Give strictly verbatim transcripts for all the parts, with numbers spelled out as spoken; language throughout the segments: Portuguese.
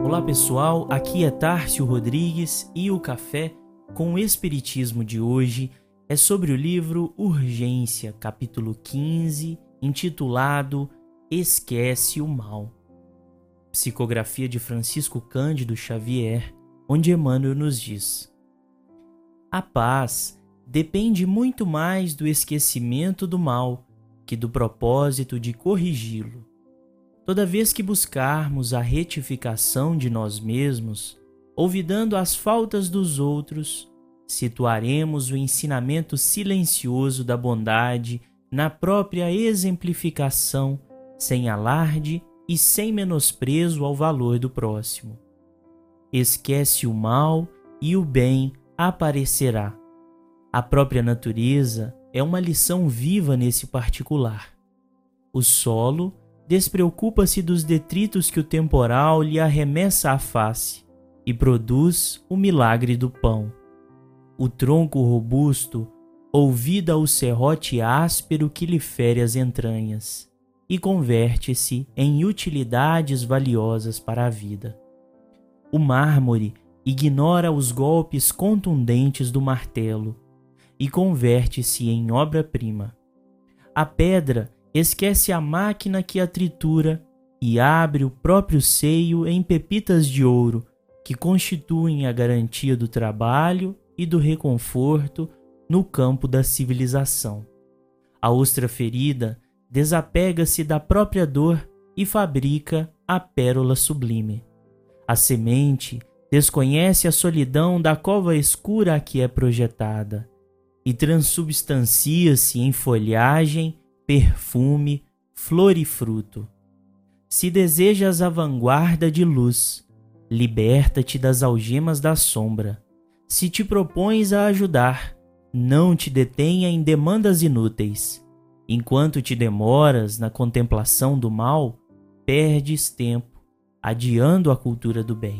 Olá pessoal, aqui é Tárcio Rodrigues e o Café com o Espiritismo de hoje é sobre o livro Urgência, capítulo quinze, intitulado Esquece o Mal. Psicografia de Francisco Cândido Xavier, onde Emmanuel nos diz: a paz depende muito mais do esquecimento do mal que do propósito de corrigi-lo. Toda vez que buscarmos a retificação de nós mesmos, olvidando as faltas dos outros, situaremos o ensinamento silencioso da bondade na própria exemplificação, sem alarde e sem menosprezo ao valor do próximo. Esquece o mal e o bem aparecerá. A própria natureza é uma lição viva nesse particular. O solo despreocupa-se dos detritos que o temporal lhe arremessa à face e produz o milagre do pão. O tronco robusto olvida o serrote áspero que lhe fere as entranhas e converte-se em utilidades valiosas para a vida. O mármore ignora os golpes contundentes do martelo e converte-se em obra-prima. A pedra esquece a máquina que a tritura e abre o próprio seio em pepitas de ouro que constituem a garantia do trabalho e do reconforto no campo da civilização. A ostra ferida desapega-se da própria dor e fabrica a pérola sublime. A semente desconhece a solidão da cova escura a que é projetada e transubstancia-se em folhagem, perfume, flor e fruto. Se desejas a vanguarda de luz, liberta-te das algemas da sombra. Se te propões a ajudar, não te detenha em demandas inúteis. Enquanto te demoras na contemplação do mal, perdes tempo, adiando a cultura do bem.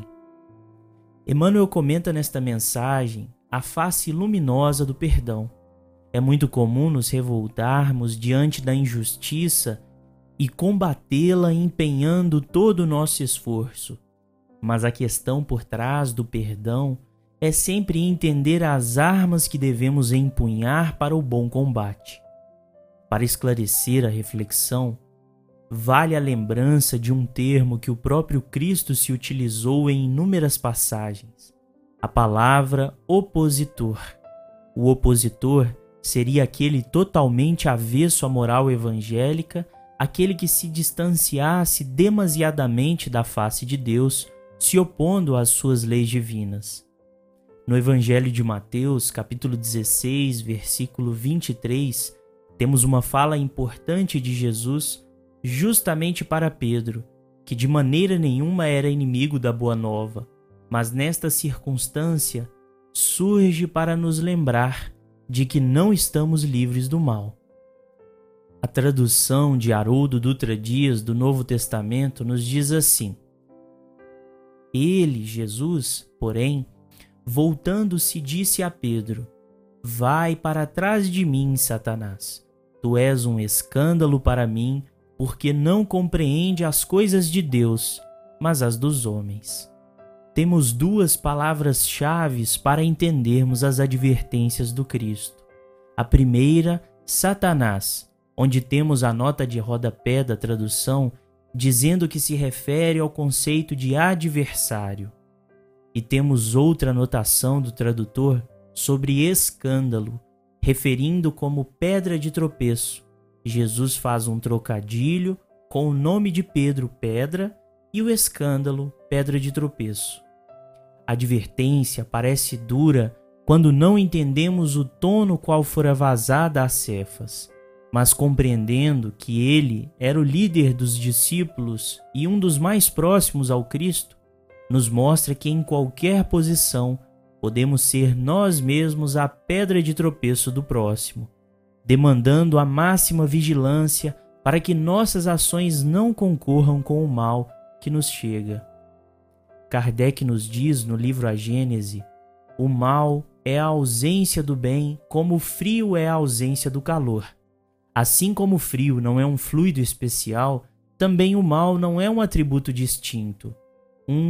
Emmanuel comenta nesta mensagem a face luminosa do perdão. É muito comum nos revoltarmos diante da injustiça e combatê-la empenhando todo o nosso esforço. Mas a questão por trás do perdão é sempre entender as armas que devemos empunhar para o bom combate. Para esclarecer a reflexão, vale a lembrança de um termo que o próprio Cristo se utilizou em inúmeras passagens: a palavra opositor. O opositor seria aquele totalmente avesso à moral evangélica, aquele que se distanciasse demasiadamente da face de Deus, se opondo às suas leis divinas. No Evangelho de Mateus, capítulo dezesseis, versículo vinte e três, temos uma fala importante de Jesus justamente para Pedro, que de maneira nenhuma era inimigo da Boa Nova, mas nesta circunstância surge para nos lembrar de que não estamos livres do mal. A tradução de Haroldo Dutra Dias do Novo Testamento nos diz assim: Ele, Jesus, porém, voltando-se, disse a Pedro: Vai para trás de mim, Satanás. Tu és um escândalo para mim, porque não compreende as coisas de Deus, mas as dos homens. Temos duas palavras-chave para entendermos as advertências do Cristo. A primeira, Satanás, onde temos a nota de rodapé da tradução dizendo que se refere ao conceito de adversário. E temos outra anotação do tradutor sobre escândalo, referindo como pedra de tropeço. Jesus faz um trocadilho com o nome de Pedro, pedra, e o escândalo, pedra de tropeço. A advertência parece dura quando não entendemos o tom no qual fora vazada a Cefas, mas compreendendo que ele era o líder dos discípulos e um dos mais próximos ao Cristo, nos mostra que em qualquer posição podemos ser nós mesmos a pedra de tropeço do próximo, demandando a máxima vigilância para que nossas ações não concorram com o mal que nos chega. Kardec nos diz no livro A Gênese: o mal é a ausência do bem, como o frio é a ausência do calor. Assim como o frio não é um fluido especial, também o mal não é um atributo distinto. Um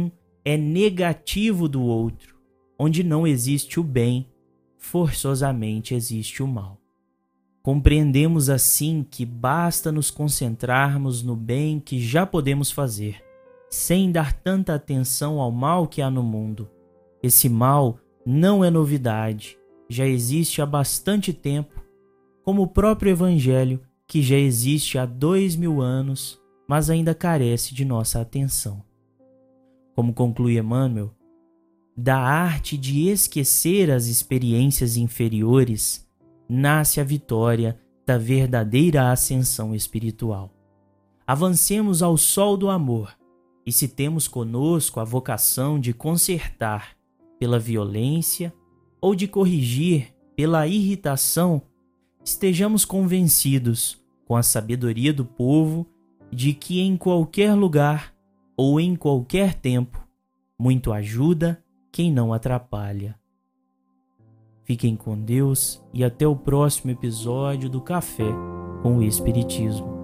é negativo do outro. Onde não existe o bem, forçosamente existe o mal. Compreendemos assim que basta nos concentrarmos no bem que já podemos fazer, sem dar tanta atenção ao mal que há no mundo. Esse mal não é novidade, já existe há bastante tempo, como o próprio Evangelho, que já existe há dois mil anos, mas ainda carece de nossa atenção. Como conclui Emmanuel, da arte de esquecer as experiências inferiores nasce a vitória da verdadeira ascensão espiritual. Avancemos ao sol do amor, e se temos conosco a vocação de consertar pela violência ou de corrigir pela irritação, estejamos convencidos, com a sabedoria do povo, de que em qualquer lugar ou em qualquer tempo, muito ajuda quem não atrapalha. Fiquem com Deus e até o próximo episódio do Café com o Espiritismo.